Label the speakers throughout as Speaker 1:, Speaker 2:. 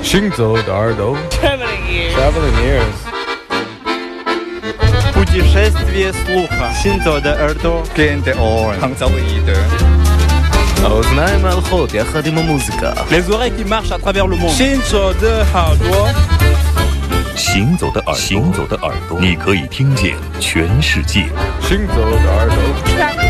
Speaker 1: 行走的耳朵
Speaker 2: Traveling ears.
Speaker 3: Путешествие слуха. Синто де Эрдо.
Speaker 2: Gente on. Hangzhou Ide.
Speaker 1: האוזניים הלכות יחד עם המוזיקה.
Speaker 3: Les oreilles qui marchent à travers le monde.
Speaker 4: 行走的耳朵，
Speaker 5: 行走的耳朵，你可以听见全世界。
Speaker 1: 行走的耳朵。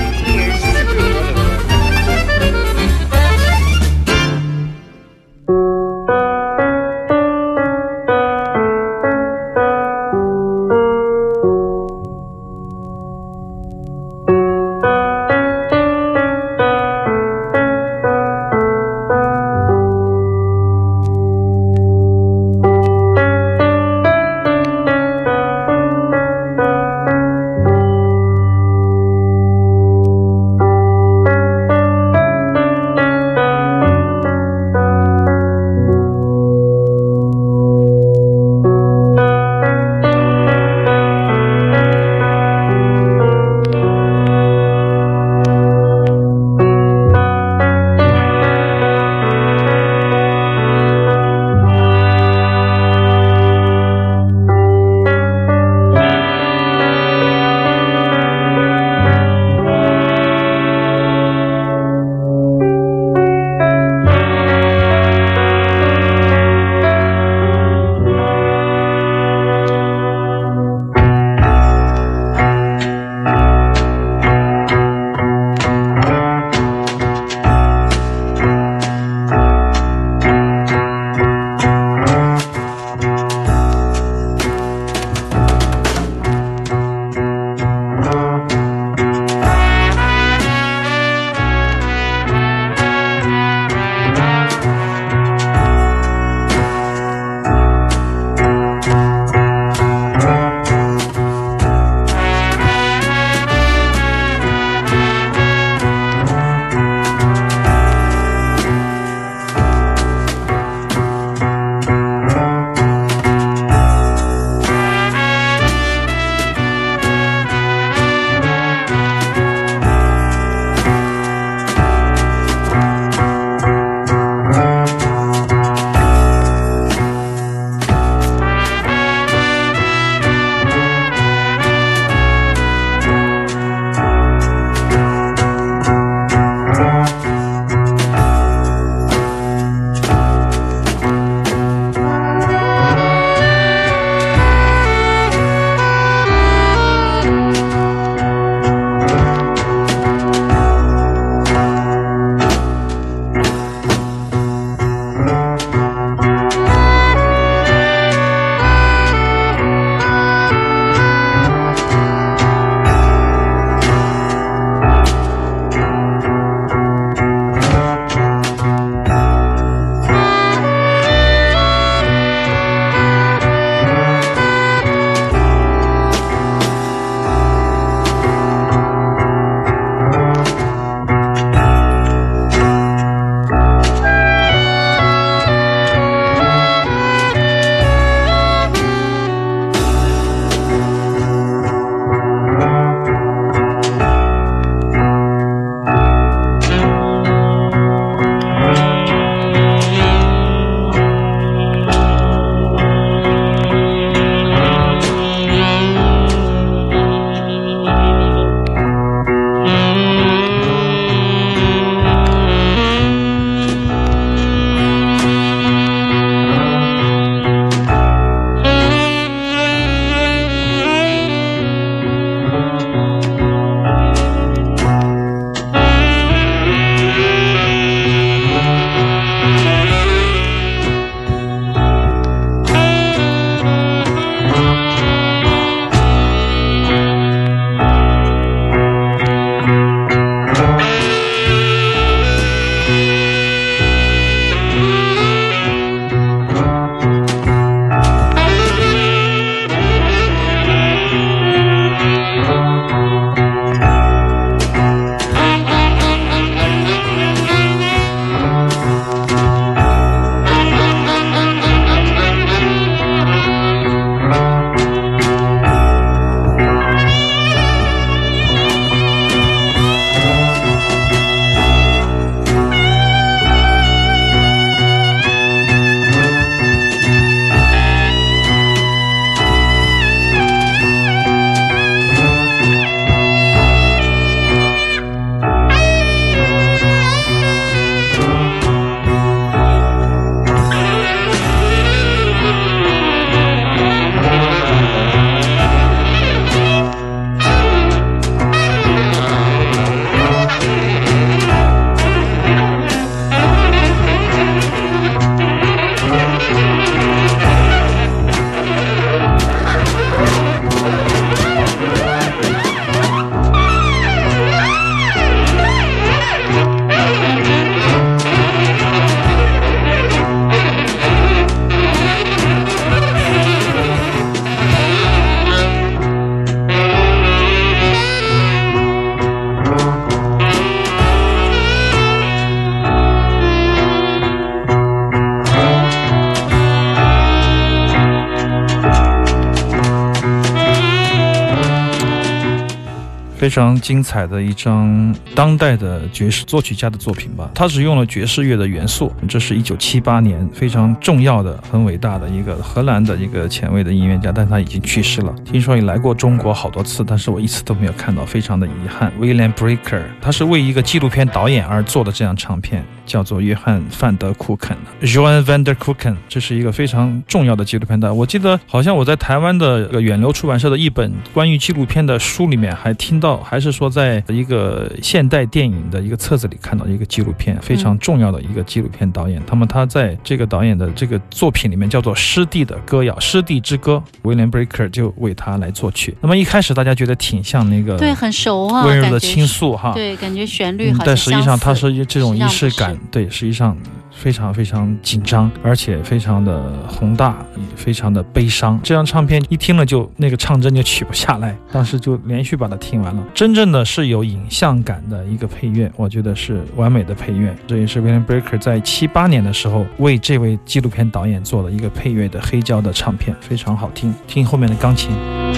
Speaker 6: 非常精彩的一张当代的爵士作曲家的作品吧。他只用了爵士乐的元素，这是1978年非常重要的、很伟大的一个荷兰的一个前卫的音乐家，但他已经去世了。听说也来过中国好多次，但是我一次都没有看到，非常的遗憾。William Breaker， 他是为一个纪录片导演而做的这张唱片，叫做约翰·范德库肯 Johan van der Kuken， 这是一个非常重要的纪录片导演。我记得好像我在台湾的远流出版社的一本关于纪录片的书里面还听到，还是说在一个现代电影的一个册子里看到一个纪录片，非常重要的一个纪录片导演。他在这个导演的这个作品里面叫做《湿地的歌谣》，《湿地之歌》，William Breaker 就为他来作曲。那么一开始大家觉得挺像那个，
Speaker 7: 对，很熟啊，
Speaker 6: 温柔的倾诉哈，
Speaker 7: 对，感觉旋律好像
Speaker 6: 但实际上它是这种仪式感，对，实际上非常非常紧张，而且非常的宏大，非常的悲伤。这张唱片一听了就那个唱针就取不下来，当时就连续把它听完了。真正的是有影像感的一个配乐，我觉得是完美的配乐。这也是 William Breaker 在78年的时候为这位纪录片导演做了一个配乐的黑胶的唱片，非常好听。听后面的钢琴，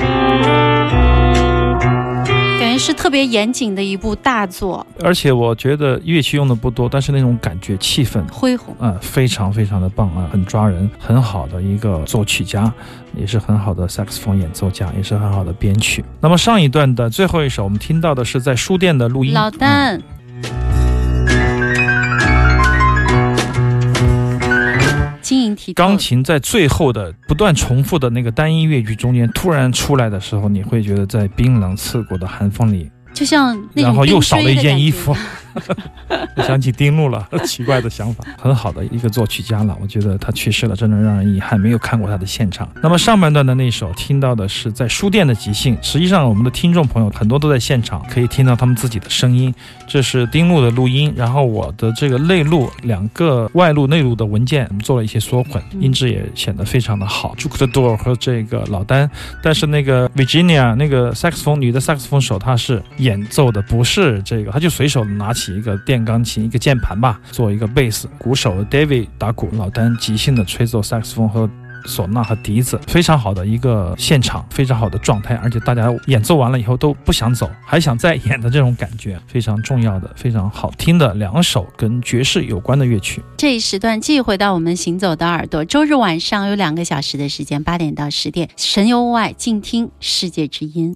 Speaker 7: 是特别严谨的一部大作，
Speaker 6: 而且我觉得乐器用的不多，但是那种感觉气氛
Speaker 7: 恢宏
Speaker 6: 非常非常的棒啊，很抓人，很好的一个作曲家，也是很好的萨克斯风演奏家，也是很好的编曲。那么上一段的最后一首我们听到的是在书店的录音，
Speaker 7: 老丹
Speaker 6: 钢琴在最后的不断重复的那个单音乐句中间突然出来的时候，你会觉得在冰冷刺骨的寒风里，
Speaker 7: 就像那种
Speaker 6: 然后又少了一件衣服我想起丁路了，奇怪的想法。很好的一个作曲家了，我觉得他去世了，真的让人遗憾，没有看过他的现场。那么上半段的那首听到的是在书店的即兴，实际上我们的听众朋友很多都在现场，可以听到他们自己的声音。这是丁路的录音，然后我的这个内录两个外录内录的文件我们做了一些缩混，音质也显得非常的好。朱克多尔和这个老丹，但是那个 Virginia 那个萨克斯风女的萨克斯风手，她是演奏的不是这个，她就随手拿起一个电钢琴一个键盘吧，做一个贝斯，鼓手 David 打鼓，老丹即兴的吹奏萨克斯风和唢呐和笛子，非常好的一个现场，非常好的状态，而且大家演奏完了以后都不想走，还想再演的这种感觉，非常重要的非常好听的两首跟爵士有关的乐曲。
Speaker 7: 这一时段继续回到我们行走的耳朵，周日晚上有2个小时的时间，8点到10点，神游外静听世界之音。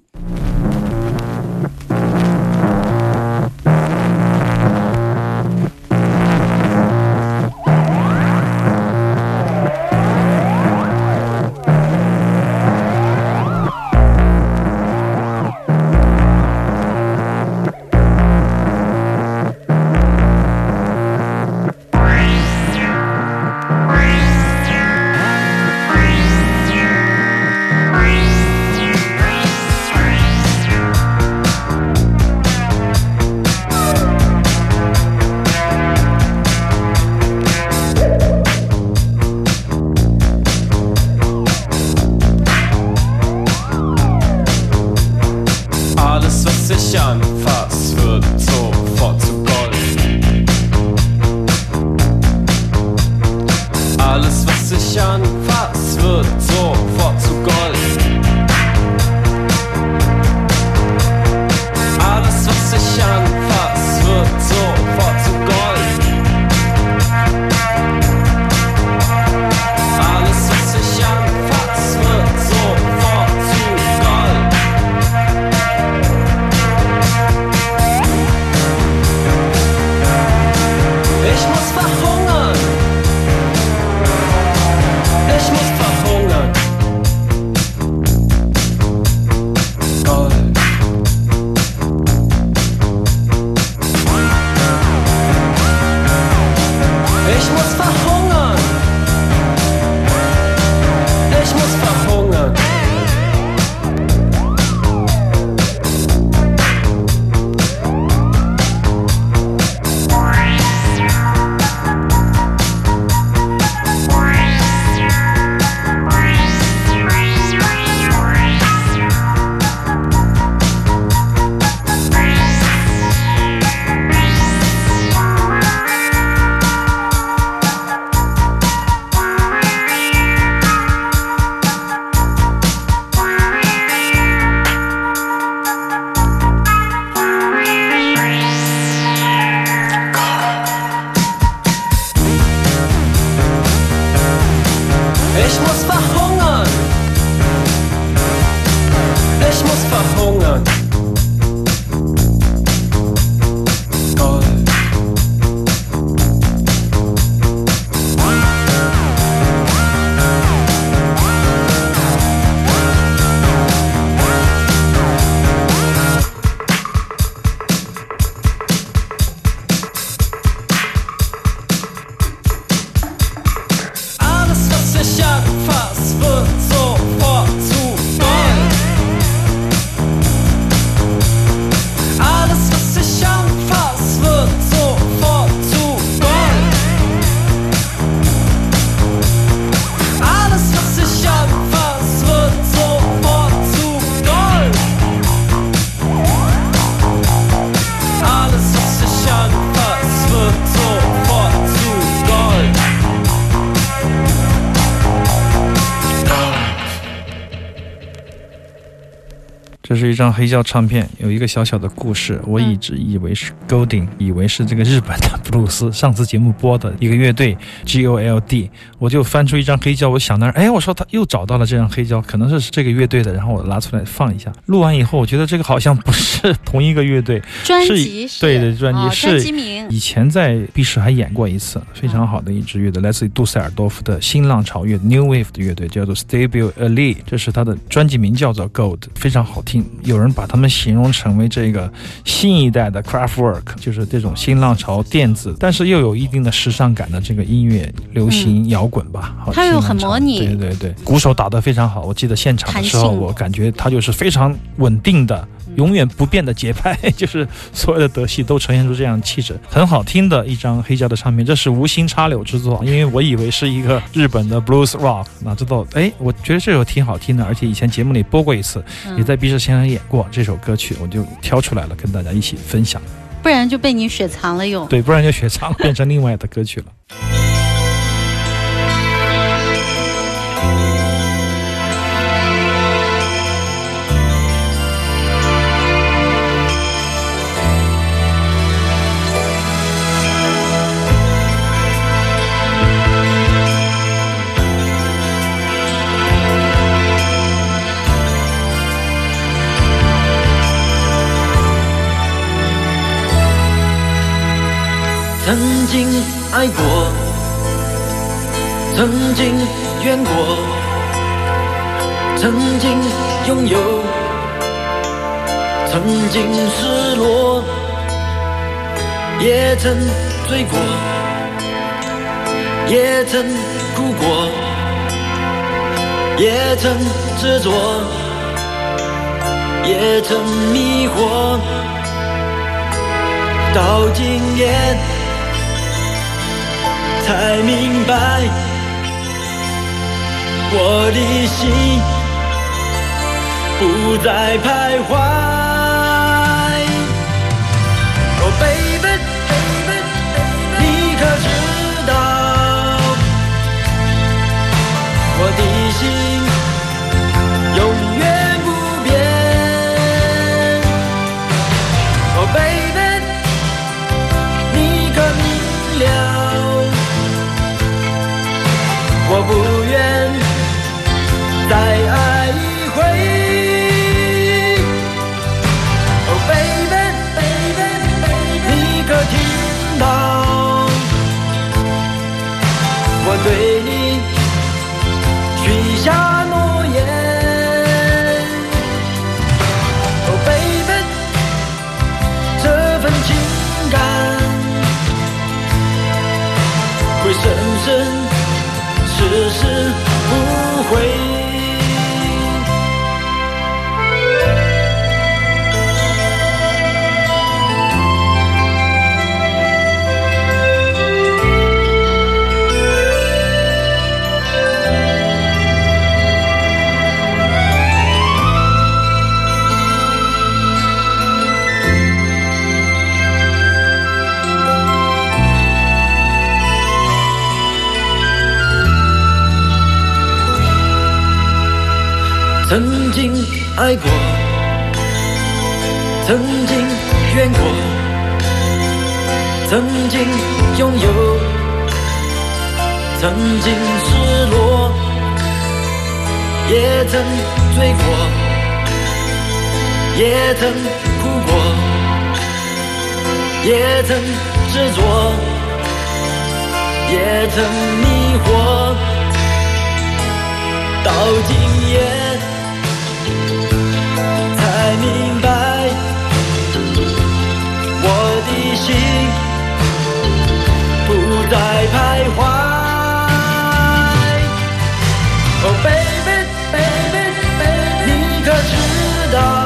Speaker 8: Ich muss verhungern. Ich muss verhungern. Ich muss verhungern. Gold. Alles, was ich anfass, wird sofort zu Gold. Alles, was ich anfass, wird sofort zu Gold. Alles, was ich anfass, wird sofort zu Gold. Alles, was ich anfass, wird sofort zu Gold.
Speaker 6: 这是一张黑胶唱片，有一个小小的故事。我一直以为是 Golding， 以为是这个日本的布鲁斯，上次节目播的一个乐队 GOLD。我就翻出一张黑胶，我想我说他又找到了这张黑胶，可能是这个乐队的，然后我拿出来放一下。录完以后，我觉得这个好像不是同一个乐队，
Speaker 7: 专辑是
Speaker 6: 对的专辑是
Speaker 7: 专辑名。
Speaker 6: 以前在毕士还演过一次，非常好的一支乐队，来自于杜塞尔多夫的新浪潮乐 New Wave 的乐队，叫做 Stable Elite， 这是他的专辑名叫做 Gold， 非常好听。有人把他们形容成为这个新一代的 Kraftwerk， 就是这种新浪潮电子，但是又有一定的时尚感的这个音乐，流行摇滚吧。
Speaker 7: 它又很模拟，
Speaker 6: 对对对，鼓手打得非常好。我记得现场的时候，我感觉他就是非常稳定的。永远不变的节拍，就是所有的德系都呈现出这样气质，很好听的一张黑胶的唱片。这是无心插柳之作，因为我以为是一个日本的 blues rock， 哪知道我觉得这首挺好听的，而且以前节目里播过一次，也在毕士先生演过这首歌曲，我就挑出来了跟大家一起分享。
Speaker 7: 不然就被你雪藏了哟。
Speaker 6: 对，不然就雪藏了，变成另外的歌曲了。
Speaker 8: 曾经爱过，曾经怨过，曾经拥有，曾经失落，也曾醉过，也曾哭过，也曾执着，也曾迷惑，到今夜才明白，我的心不再徘徊。Oh baby， 你可知道，我的心永远不变。Oh baby， 你可明了，我不愿再爱一回。Oh baby， 你可听到，我对你许下诺言。Oh baby， 这份情感会深深世事不悔。曾经爱过，曾经怨过，曾经拥有，曾经失落， 也曾醉过，也曾哭过，也曾执着，也曾迷惑，到今夜才明白，我的心不再徘徊。Oh baby baby baby， 你可知道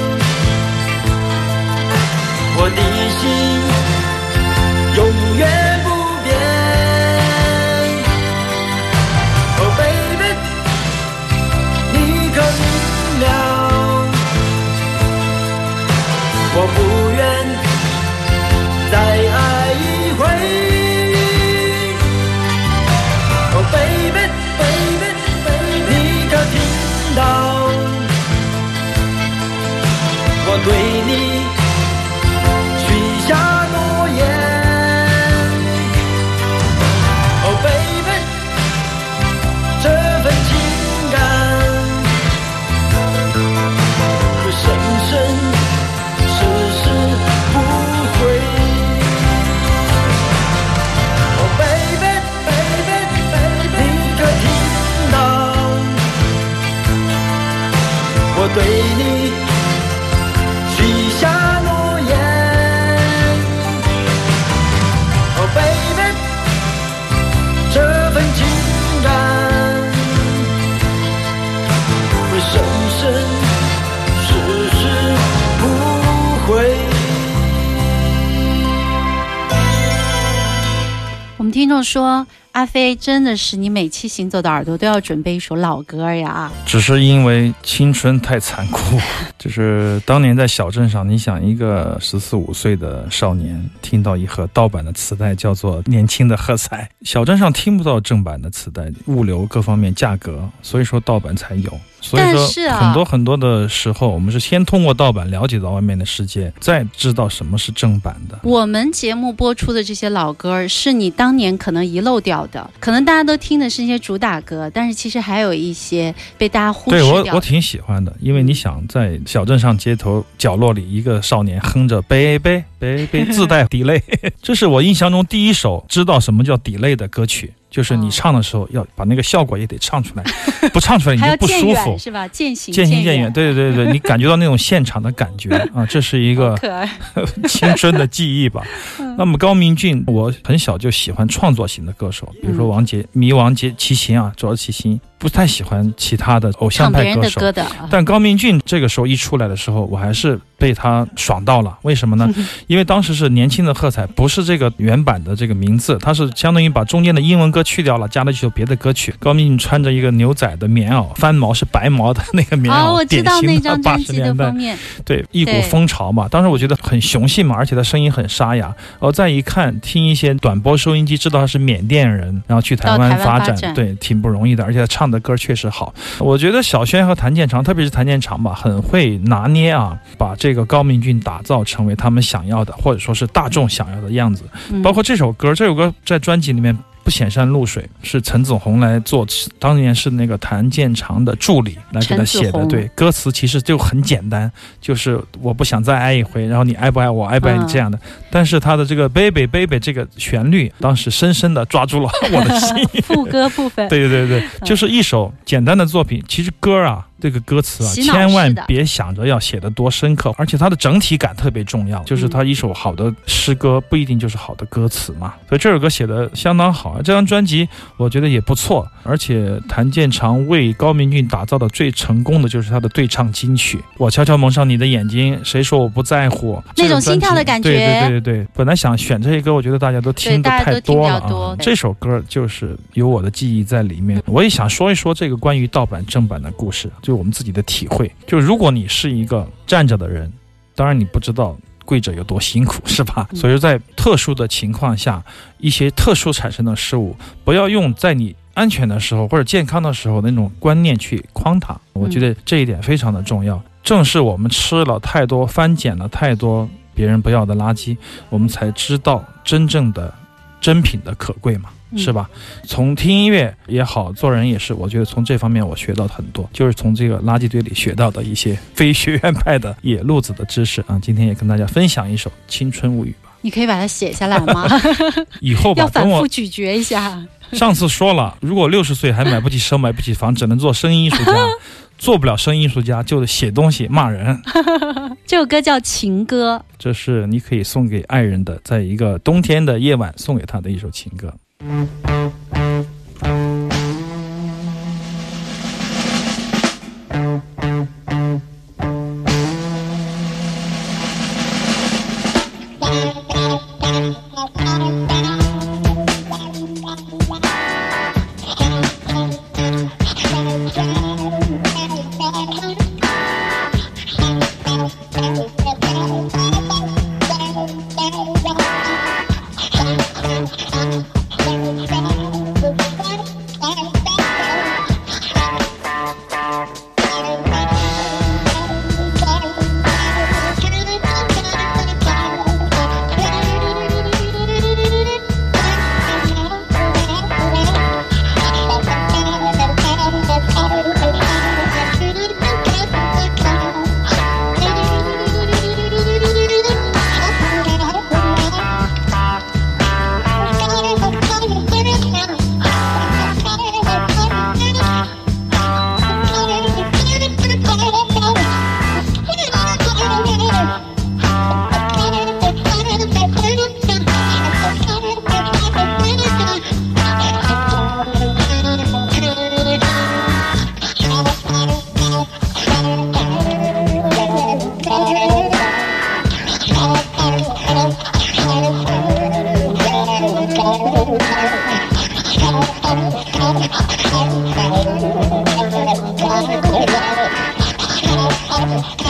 Speaker 8: 我的心永远不变。Oh baby， 你可明了，我不愿再爱一回。Oh baby baby， 你可听到我对你许下诺言。Oh baby， 这份情感会生生世世不悔。Oh baby baby baby， 你可听到我对你许下诺言。Oh baby， 这份情感会生生世世不悔。
Speaker 7: 我们听众说，阿飞真的是你每期行走的耳朵都要准备一首老歌呀。
Speaker 6: 只是因为青春太残酷，就是当年在小镇上，你想一个14、15岁的少年听到一盒盗版的磁带，叫做《年轻的喝彩》，小镇上听不到正版的磁带，物流各方面价格，所以说盗版才有。所以说很多的时候，我们是先通过盗版了解到外面的世界，再知道什么是正版的。
Speaker 7: 我们节目播出的这些老歌是你当年可能遗漏掉的，可能大家都听的是一些主打歌，但是其实还有一些被大家忽视掉的。
Speaker 6: 对，我挺喜欢的，因为你想在小镇上街头角落里，一个少年哼着贝贝贝贝自带delay， 这是我印象中第一首知道什么叫delay的歌曲。就是你唱的时候要把那个效果也得唱出来，不唱出来你就不舒服，
Speaker 7: 是吧？渐行
Speaker 6: 渐远，对对对，你感觉到那种现场的感觉啊，这是一个青春的记忆吧。那么高明骏，我很小就喜欢创作型的歌手，比如说迷王齐秦啊，主要齐秦，不太喜欢其他的偶像派歌手。但高明骏这个时候一出来的时候，我还是被他爽到了。为什么呢？因为当时是年轻的喝彩，不是这个原版的这个名字，它是相当于把中间的英文歌去掉了，加了一首别的歌曲。高明骏穿着一个牛仔的棉袄，翻毛是白毛的那个棉袄，
Speaker 7: 我知道那张专辑的封面，
Speaker 6: 对，一股风潮嘛。当时我觉得很雄性嘛，而且他声音很沙哑。再一看，听一些短波收音机，知道他是缅甸人，然后去台湾发展，对，挺不容易的。而且他唱的歌确实好。我觉得小轩和谭健常，特别是谭健常吧，很会拿捏啊，把这个高明骏打造成为他们想要的，或者说是大众想要的样子。包括这首歌在专辑里面不显山露水，是陈子红来作词，当年是那个谭健常的助理来给他写的。对，歌词其实就很简单，就是我不想再爱一回，然后你爱不爱我，爱不爱你这样的。但是他的这个 baby baby 这个旋律，当时深深的抓住了我的心。
Speaker 7: 副歌部分，
Speaker 6: 对对对对，就是一首简单的作品。其实歌啊，这个歌词啊，千万别想着要写得多深刻，而且它的整体感特别重要。就是它一首好的诗歌不一定就是好的歌词嘛，所以这首歌写得相当好。这张专辑我觉得也不错，而且谭健常为高明骏打造的最成功的就是他的对唱金曲，我悄悄蒙上你的眼睛，谁说我不在乎，
Speaker 7: 那种心跳的感觉。
Speaker 6: 对对对对，本来想选这些歌，我觉得大家都听得太多了啊。这首歌就是有我的记忆在里面。我也想说一说这个关于盗版正版的故事，就我们自己的体会。就如果你是一个站着的人，当然你不知道跪着有多辛苦，是吧？所以在特殊的情况下，一些特殊产生的事物，不要用在你安全的时候或者健康的时候那种观念去框它。我觉得这一点非常的重要。正是我们吃了太多、翻捡了太多别人不要的垃圾，我们才知道真正的珍品的可贵嘛，是吧？从听音乐也好，做人也是，我觉得从这方面我学到很多，就是从这个垃圾堆里学到的一些非学院派的野路子的知识啊。今天也跟大家分享一首《青春物语》吧。
Speaker 7: 你可以把它写下来吗？
Speaker 6: 以后吧，
Speaker 7: 要反复咀嚼一下。
Speaker 6: 上次说了，如果60岁还买不起车买不起房，只能做声音艺术家，做不了声音艺术家就写东西骂人。
Speaker 7: 这首歌叫《情歌》，
Speaker 6: 这是你可以送给爱人的，在一个冬天的夜晚送给他的一首情歌。
Speaker 8: Thank you.